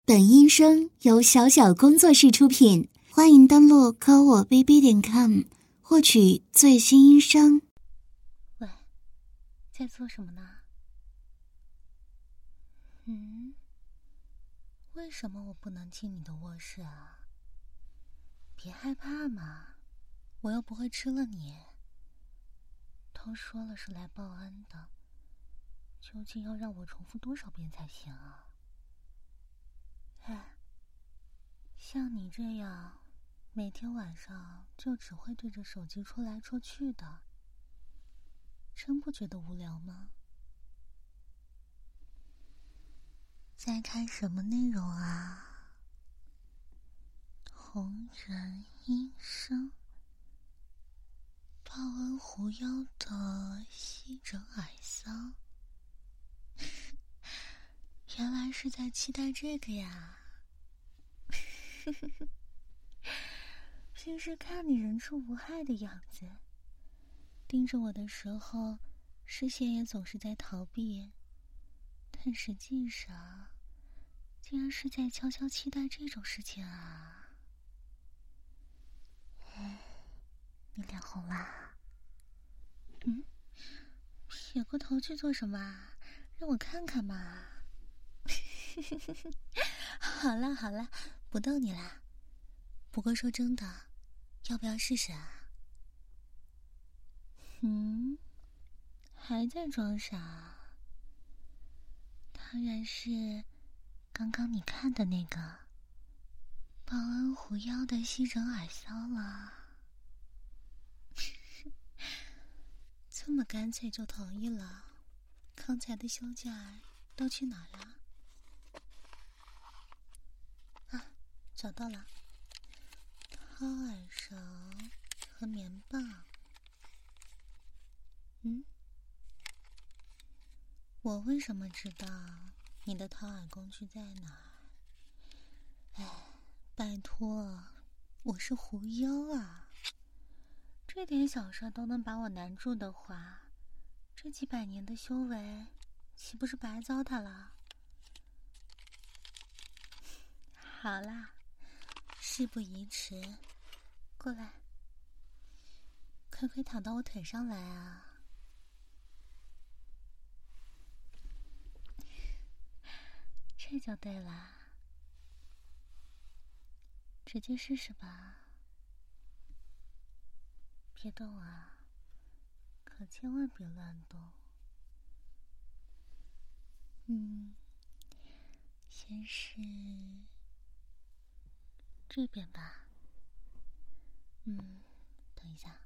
本音声由小小工作室出品，欢迎登录科我 bb.com 获取最新音声。 喂，在做什么呢？为什么我不能进你的卧室啊？别害怕嘛，我又不会吃了你。都说了是来报恩的，究竟要让我重复多少遍才行啊？哎，像你这样每天晚上就只会对着手机戳来戳去的，真不觉得无聊吗？在看什么内容啊？红人医生，报恩狐妖的西诊矮桑，原来是在期待这个呀。平时看你人畜无害的样子，盯着我的时候视线也总是在逃避，但实际上竟然是在悄悄期待这种事情啊。你脸红啦？撇过头去做什么啊？让我看看嘛。好啦好啦，不逗你啦。不过说真的，要不要试试啊？还在装傻？当然是刚刚你看的那个报恩狐妖的西诊矮骚了。这么干脆就同意了？刚才的休假都去哪儿了？啊，找到了，掏耳勺和棉棒。我为什么知道你的掏耳工具在哪儿？哎，拜托，我是狐妖啊，这点小事都能把我难住的话，这几百年的修为岂不是白糟蹋了？好啦，事不宜迟，过来，快躺到我腿上来啊！这就对了，直接试试吧。别动啊，可千万别乱动。先是这边吧。等一下，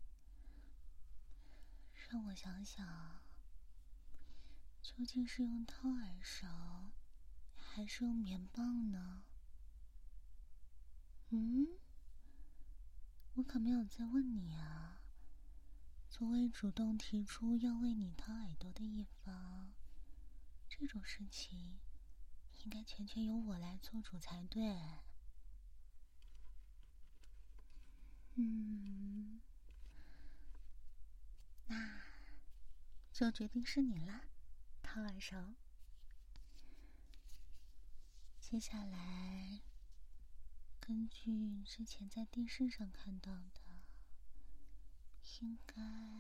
让我想想，究竟是用掏耳勺还是用棉棒呢？我可没有在问你啊。作为主动提出要为你掏耳朵的一方，这种事情应该全权由我来做主才对。那就决定是你啦，掏耳勺。接下来，根据之前在电视上看到的，应该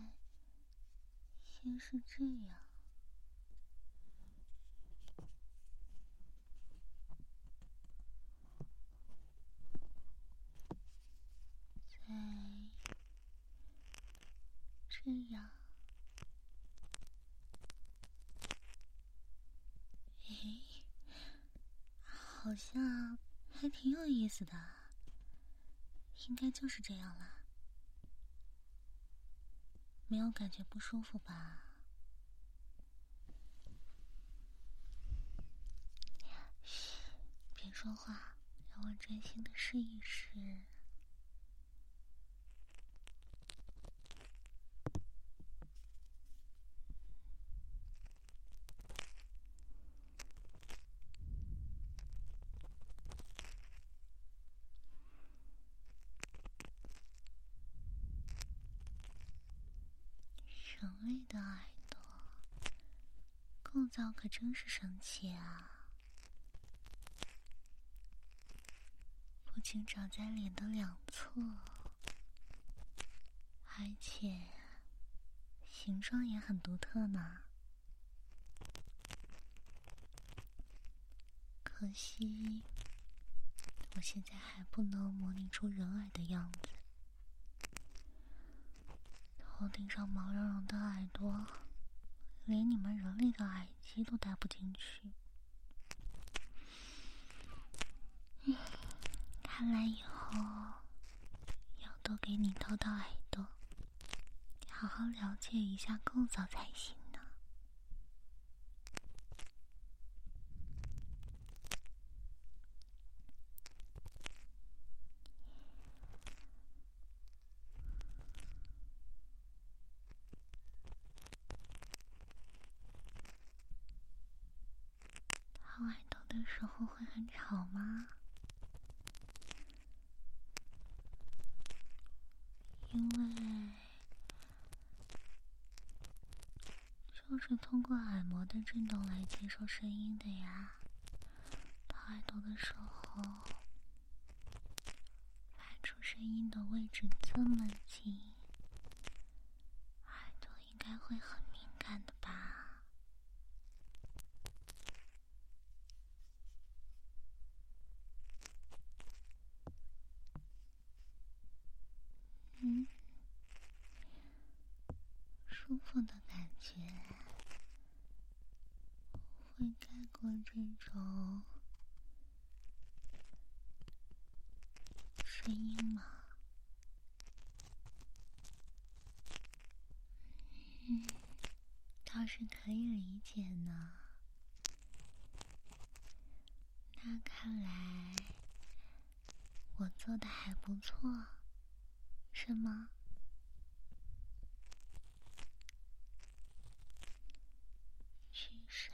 先是这样，再这样。好像还挺有意思的，应该就是这样啦。没有感觉不舒服吧？嘘，别说话，让我专心的试一试。人类的耳朵构造可真是神奇啊！ 仅长在脸的两侧，而且形状也很独特呢。可惜我现在还不能模拟出人耳的样子。头顶上毛茸茸的耳朵，连你们人类的耳机都戴不进去。看来以后要多给你掏掏耳朵，好好了解一下构造才行呢。掏耳朵的时候会很吵吗？因为就是通过耳膜的震动来接收声音的呀。掏耳朵的时候，发出声音的位置这么近，耳朵应该会很敏感的吧？舒服的感觉会盖过这种声音吗？倒是可以理解呢。那看来我做的还不错，是吗？至少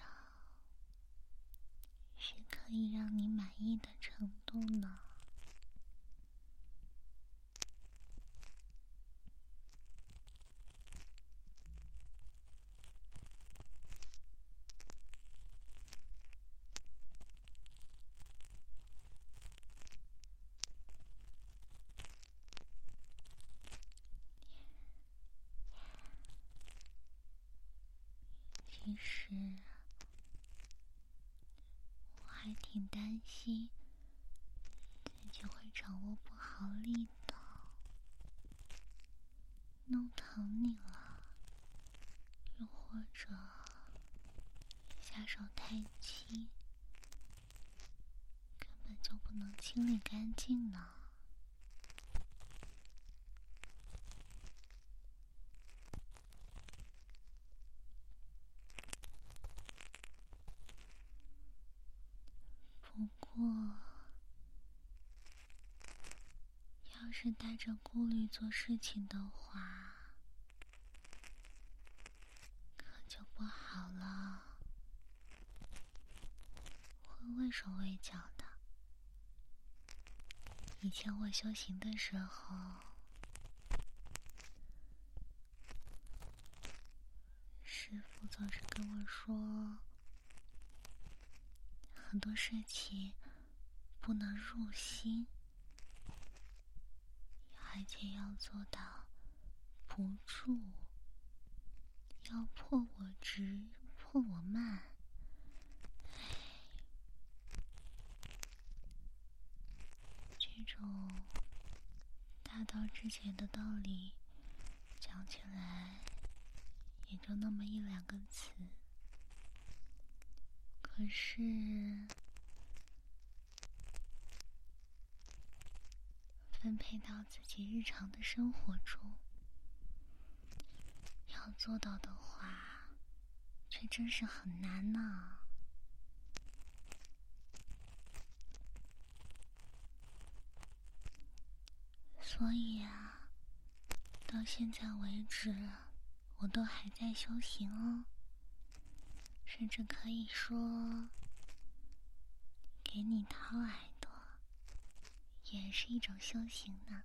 是可以让你满意的程度呢。其实我还挺担心自己会掌握不好力道，弄疼你了，又或者下手太轻，根本就不能清理干净呢。不过要是带着顾虑做事情的话，可就不好了，会畏手畏脚的。以前我修行的时候，师父总是跟我说，很多事情不能入心，而且要做到不住，要破我执，破我慢。这种大道至简的道理，讲起来也就那么一两个词，可是分配到自己日常的生活中，要做到的话，却真是很难呢。所以啊，到现在为止，我都还在修行哦，甚至可以说，给你掏耳朵也是一种修行呢。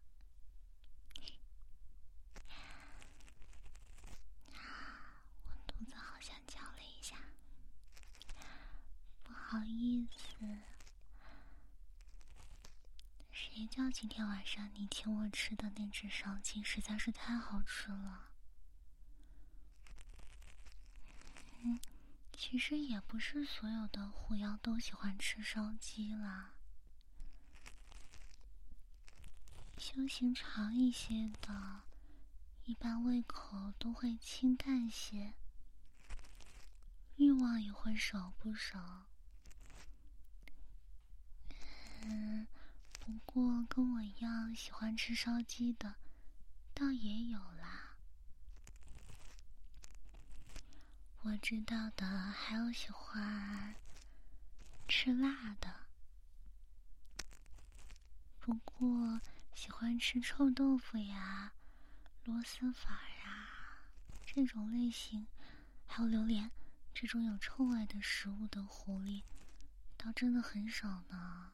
我肚子好像叫了一下，不好意思，是别叫今天晚上你请我吃的那只烧鸡实在是太好吃了。其实也不是所有的狐妖都喜欢吃烧鸡啦，修行长一些的，一般胃口都会清淡些，欲望也会少不少。不过跟我一样喜欢吃烧鸡的，倒也有啦。我知道的还有喜欢吃辣的，不过喜欢吃臭豆腐呀、螺蛳粉呀这种类型，还有榴莲这种有臭味的食物的狐狸，倒真的很少呢。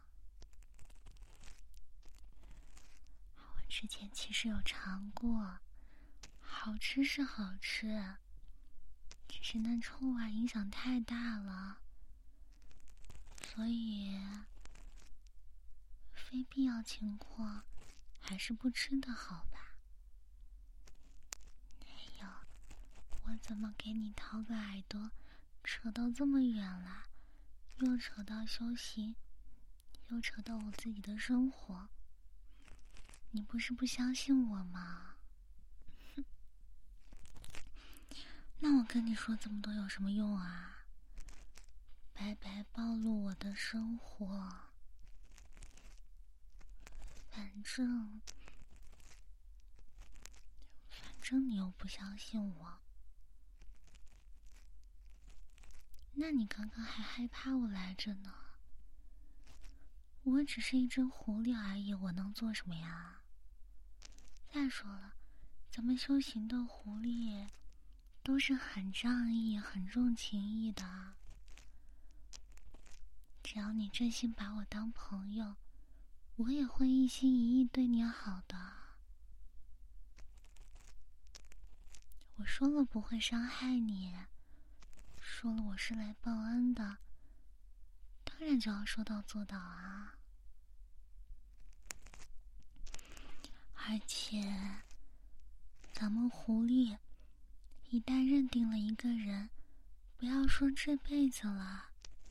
我之前其实有尝过，好吃是好吃，只是那臭味影响太大了，所以非必要情况还是不吃的好吧。哎呦，我怎么给你掏个耳朵扯到这么远了，又扯到修行，又扯到我自己的生活，你不是不相信我吗？那我跟你说这么多有什么用啊？白白暴露我的生活。反正你又不相信我，那你刚刚还害怕我来着呢。我只是一只狐狸而已，我能做什么呀？再说了，咱们修行的狐狸都是很仗义、很重情义的。只要你真心把我当朋友，我也会一心一意对你好的。我说了不会伤害你，说了我是来报恩的，当然就要说到做到啊。而且咱们狐狸一旦认定了一个人，不要说这辈子了，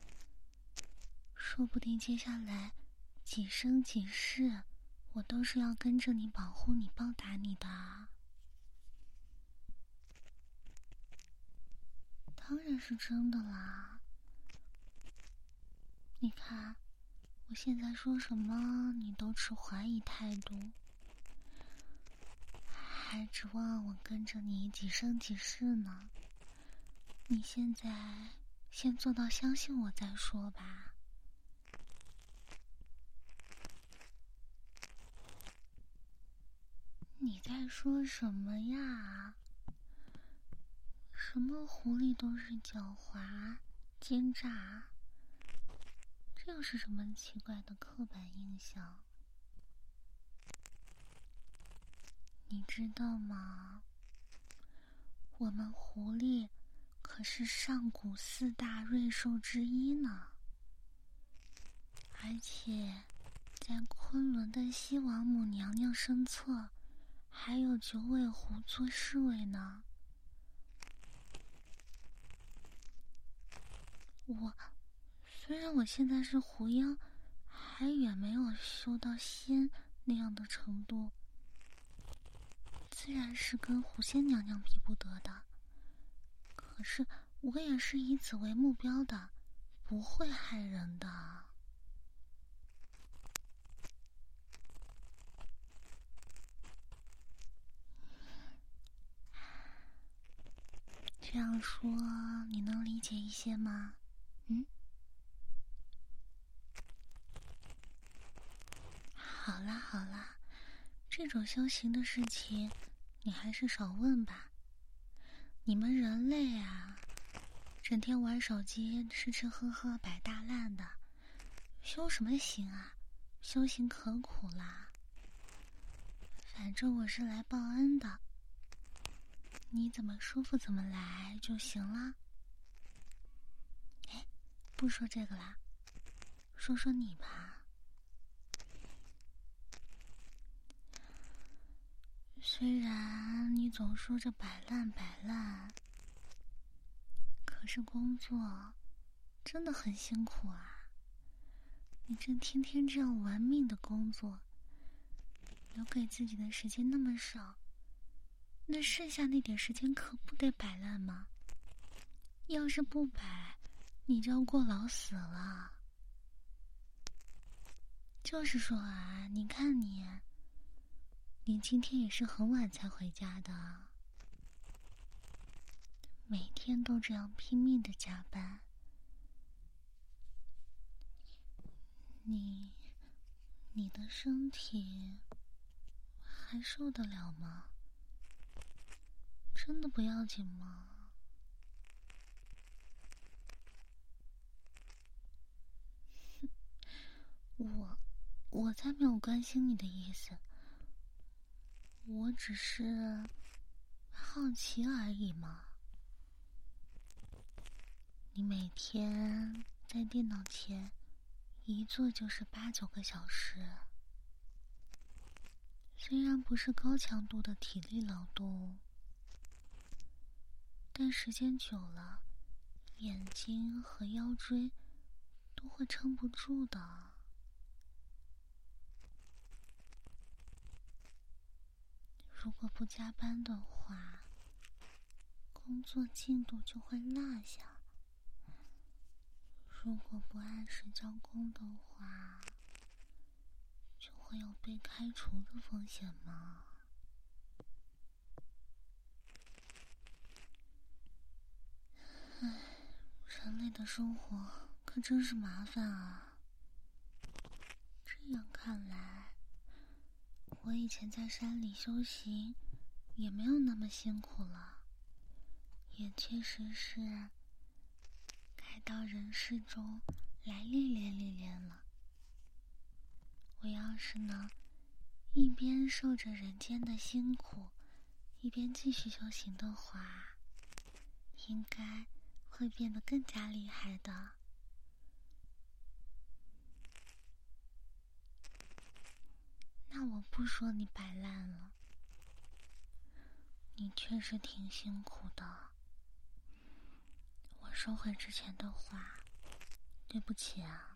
说不定接下来几生几世，我都是要跟着你保护你报答你的。当然是真的啦。你看我现在说什么你都持怀疑态度，还指望我跟着你几生几世呢。你现在先做到相信我再说吧。你在说什么呀？什么狐狸都是狡猾奸诈，这又是什么奇怪的刻板印象？你知道吗？我们狐狸可是上古4大瑞兽之一呢，而且在昆仑的西王母娘娘身侧还有9尾狐做侍卫呢。虽然我现在是狐妖，还远没有修到仙那样的程度，自然是跟狐仙娘娘比不得的，可是我也是以此为目标的，不会害人的。这样说你能理解一些吗？好啦好啦，这种修行的事情你还是少问吧。你们人类啊，整天玩手机吃吃喝喝摆大烂的，修什么行啊？修行可苦啦。反正我是来报恩的，你怎么舒服怎么来就行了。哎，不说这个啦，说说你吧。 虽然你总说着摆烂摆烂，可是工作真的很辛苦啊。你这天天这样玩命的工作，留给自己的时间那么少，那剩下那点时间可不得摆烂吗？要是不摆，你就要过劳死了。就是说啊，你看你今天也是很晚才回家的，每天都这样拼命的加班，你的身体还受得了吗？真的不要紧吗？我才没有关心你的意思，我只是好奇而已嘛。你每天在电脑前一坐就是8、9个小时，虽然不是高强度的体力劳动，但时间久了，眼睛和腰椎都会撑不住的。如果不加班的话，工作进度就会落下；如果不按时交工的话，就会有被开除的风险嘛。唉，人类的生活可真是麻烦啊。这样看来，我以前在山里修行也没有那么辛苦了，也确实是该到人世中来历练历练了。我要是能一边受着人间的辛苦，一边继续修行的话，应该会变得更加厉害的。那我不说你摆烂了，你确实挺辛苦的。我收回之前的话，对不起啊。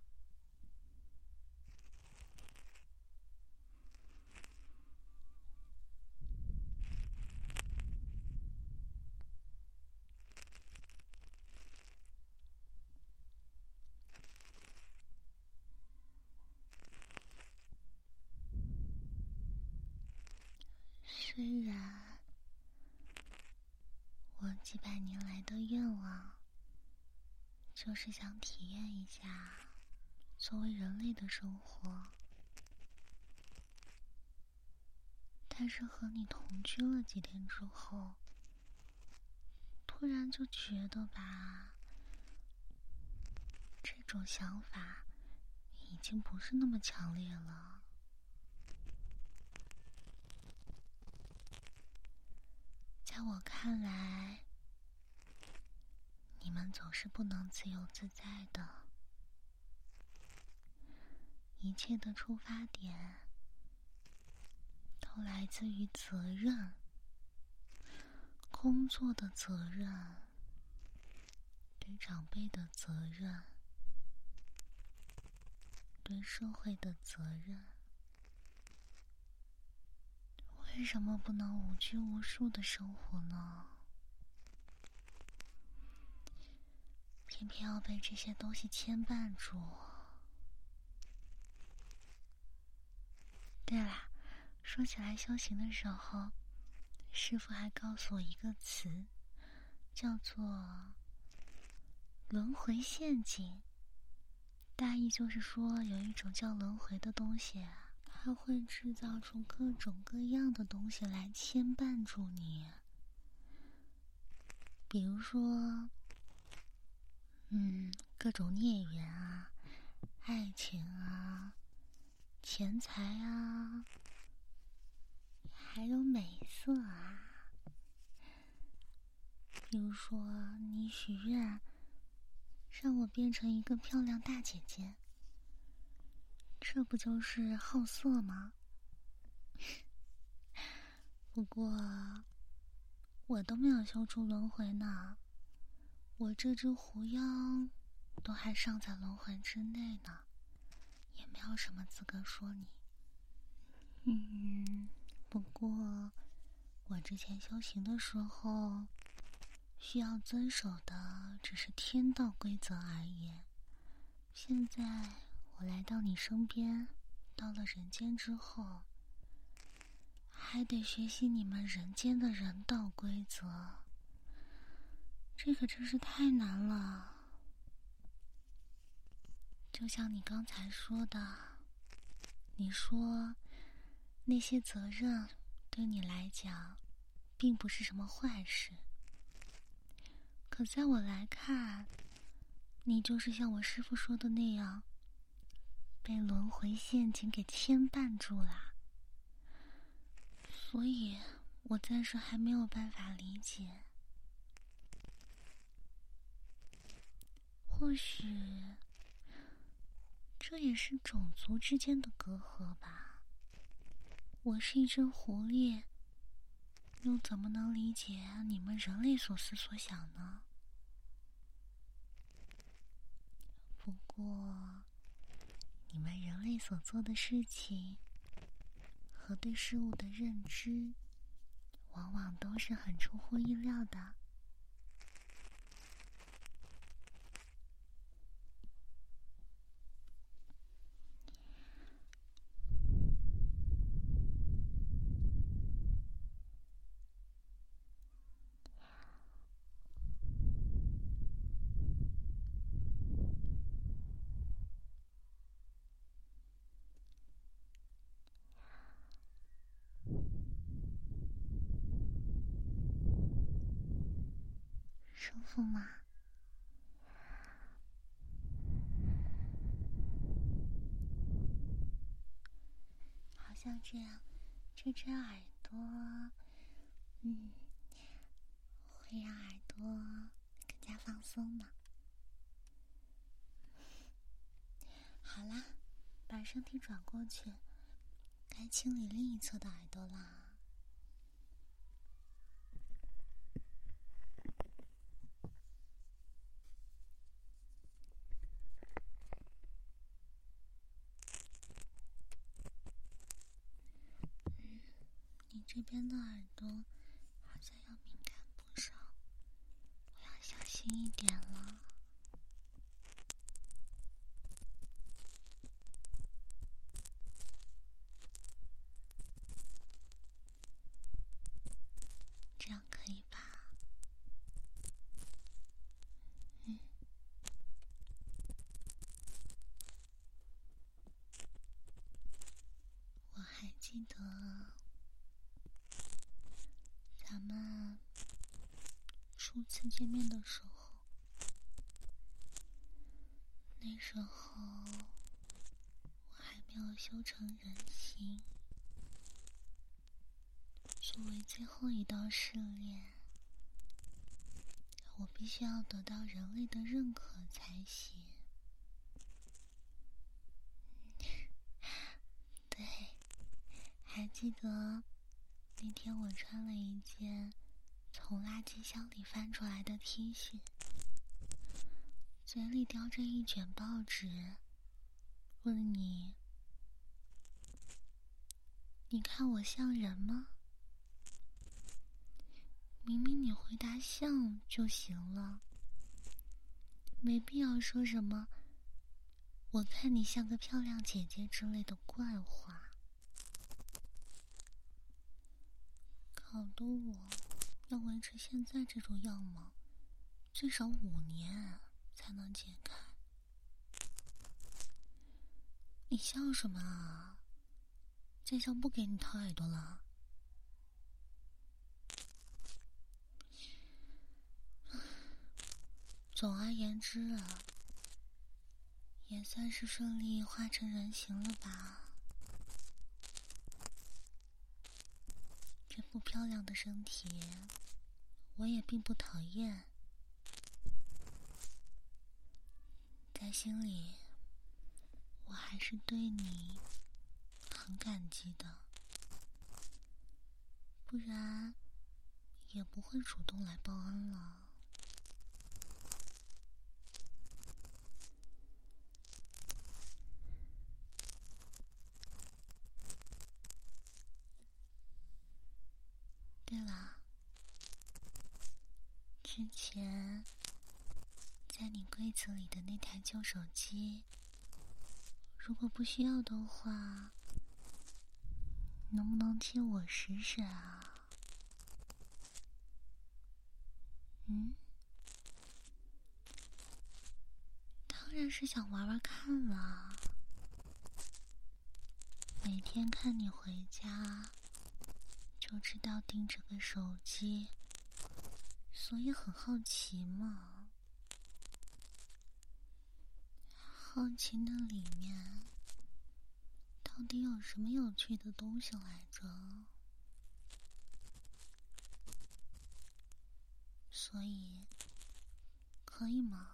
虽然我几百年来的愿望就是想体验一下作为人类的生活，但是和你同居了几天之后，突然就觉得吧，这种想法已经不是那么强烈了。在我看来，你们总是不能自由自在的，一切的出发点都来自于责任，工作的责任，对长辈的责任，对社会的责任。为什么不能无拘无束的生活呢？偏偏要被这些东西牵绊住。对啦，说起来修行的时候，师父还告诉我一个词，叫做轮回陷阱。大意就是说，有一种叫轮回的东西啊，它会制造出各种各样的东西来牵绊住你。比如说各种孽缘啊，爱情啊，钱财啊，还有美色啊。比如说你许愿让我变成一个漂亮大姐姐，这不就是好色吗？ 不过我都没有修出轮回呢，我这只狐妖都还尚在轮回之内呢，也没有什么资格说你。不过我之前修行的时候需要遵守的只是天道规则而已，现在我来到你身边，到了人间之后，还得学习你们人间的人道规则，这可真是太难了。就像你刚才说的，你说那些责任对你来讲并不是什么坏事，可在我来看，你就是像我师父说的那样，被轮回陷阱给牵绊住了。所以我暂时还没有办法理解，或许这也是种族之间的隔阂吧。我是一只狐狸，又怎么能理解你们人类所思所想呢？不过你们人类所做的事情和对事物的认知往往都是很出乎意料的。舒服吗？好像这样，这只耳朵，会让耳朵更加放松呢。好啦，把身体转过去，该清理另一侧的耳朵啦。你这边的耳朵好像要敏感不少，我要小心一点了。这样可以吧？我还记得咱们初次见面的时候，那时候我还没有修成人形，作为最后一道试炼，我必须要得到人类的认可才行。对，还记得那天我穿了一件从垃圾箱里翻出来的 T 恤，嘴里叼着一卷报纸，问你看我像人吗？明明你回答像就行了，没必要说什么我看你像个漂亮姐姐之类的怪话，搞得我要维持现在这种样貌最少5年才能解开。你笑什么啊？这下不给你掏耳朵了。总而言之啊，也算是顺利化成人形了吧。这副漂亮的身体我也并不讨厌，在心里我还是对你很感激的。不不然也不会主动来报恩了。对了，之前在你柜子里的那台旧手机，如果不需要的话，能不能借我使使啊？当然是想玩玩看了。每天看你回家，就知道盯着个手机，所以很好奇嘛。好奇那里面到底有什么有趣的东西来着？所以，可以吗？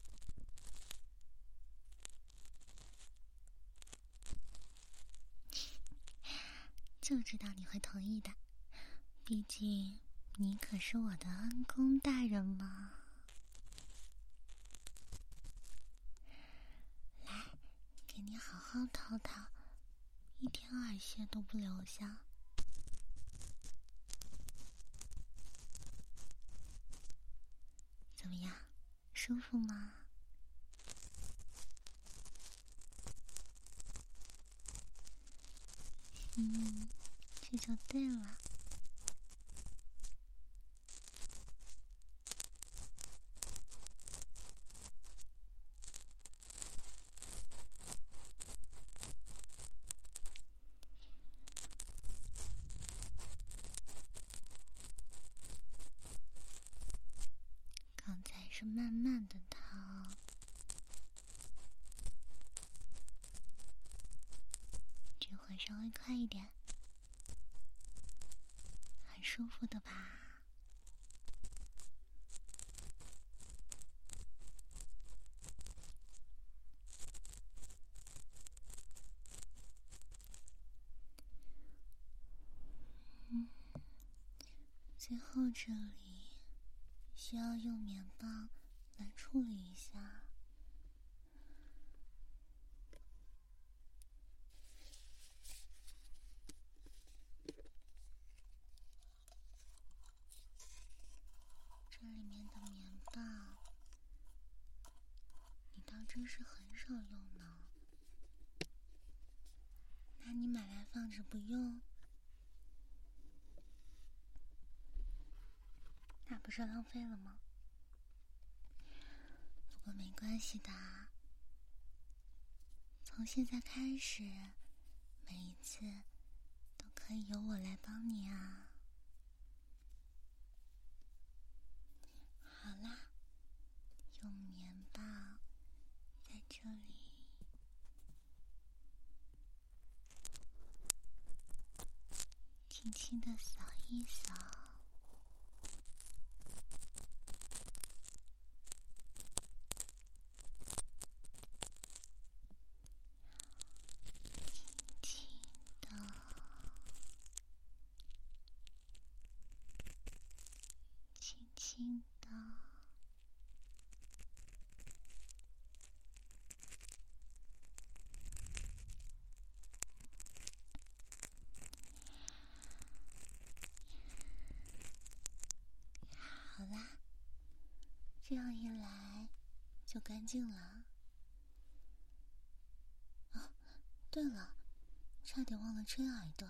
就知道你会同意的，毕竟你可是我的恩公大人嘛。来，给你好好掏掏，一点耳屑都不留下。怎么样，舒服吗？这就对了。刚才是慢慢的掏，这会稍微快一点，很舒服的吧？最后这里需要用棉棒来处理一下。这里面的棉棒你当真是很少用呢，那你买来放着不用，那不是浪费了吗？不过没关系的，从现在开始，每一次都可以由我来帮你啊。好啦，用棉棒在这里轻轻地扫一扫，轻轻地，轻轻地。好啦，这样一来就干净了。哦，对了，差点忘了吹耳朵。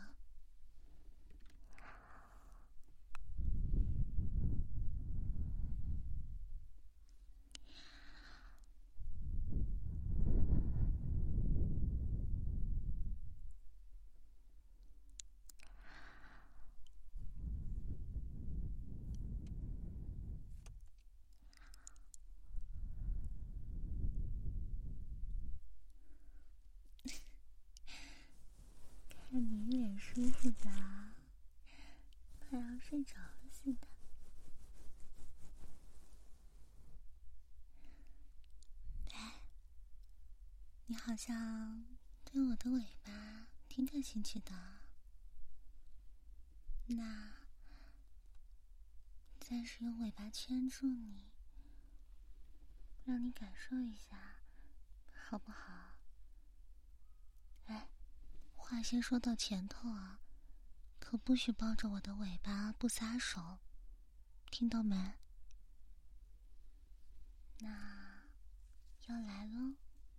看你一脸舒服的，快要睡着了似的。哎，你好像对我的尾巴挺感兴趣的，那暂时用尾巴圈住你，让你感受一下，好不好？哎，话先说到前头啊，可不许抱着我的尾巴不撒手，听到没？那要来喽。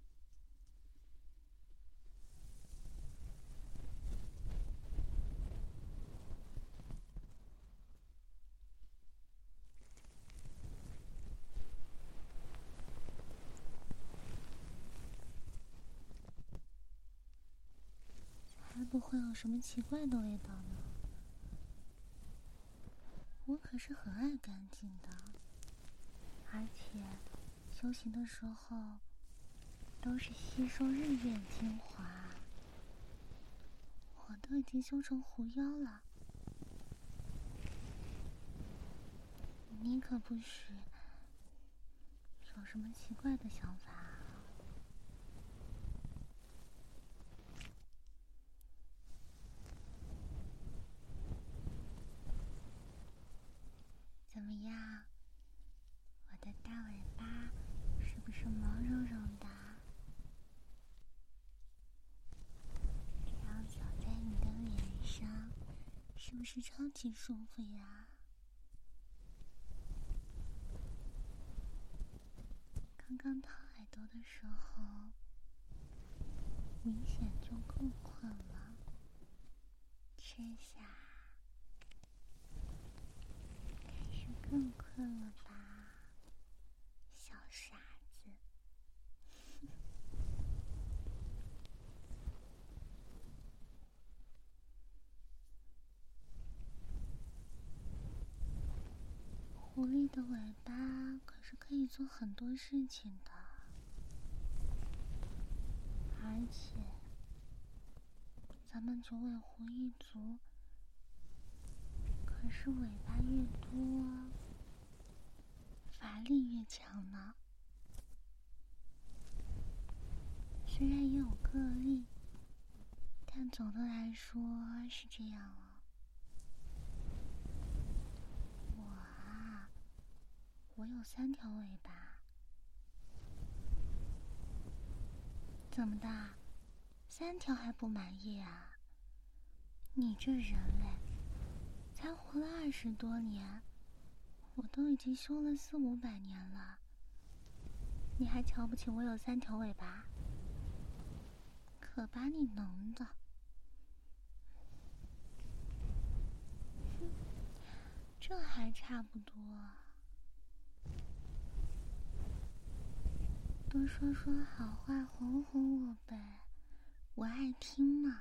才不会有什么奇怪的味道呢。我可是很爱干净的，而且修行的时候都是吸收日月精华，我都已经修成狐妖了。你可不许有什么奇怪的想法啊。怎么样，我的大尾巴是不是毛茸茸的？这样扫在你的脸上，是不是超级舒服呀？刚刚掏耳朵的时候，明显就更困了。这下该是更困了吧，小傻子。狐狸的尾巴可是可以做很多事情的，而且咱们九尾狐一族可是尾巴越多，法力越强呢。虽然也有个例，但总的来说是这样啊。我有3条尾巴。怎么的？3条还不满意啊？你这人类，才活了20多年，我都已经修了400-500年了，你还瞧不起我有3条尾巴？可把你能的！哼，这还差不多。多说说好话，哄哄我呗，我爱听呢。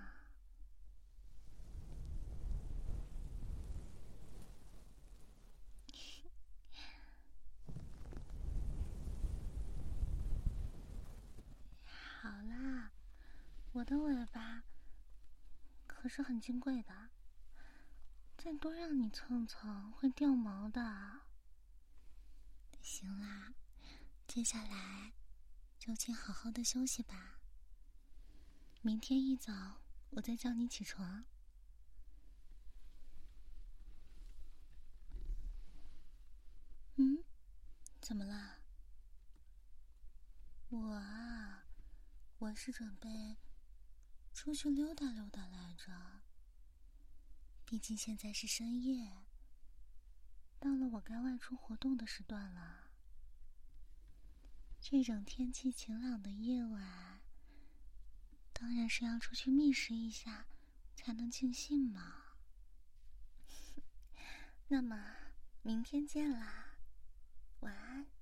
好啦，我的尾巴可是很金贵的，再多让你蹭蹭会掉毛的。行啦，接下来就请好好的休息吧。明天一早我再叫你起床。怎么了？我是准备出去溜达溜达来着。毕竟现在是深夜，到了我该外出活动的时段了。这种天气晴朗的夜晚，当然是要出去觅食一下，才能尽兴嘛。那么，明天见啦，晚安。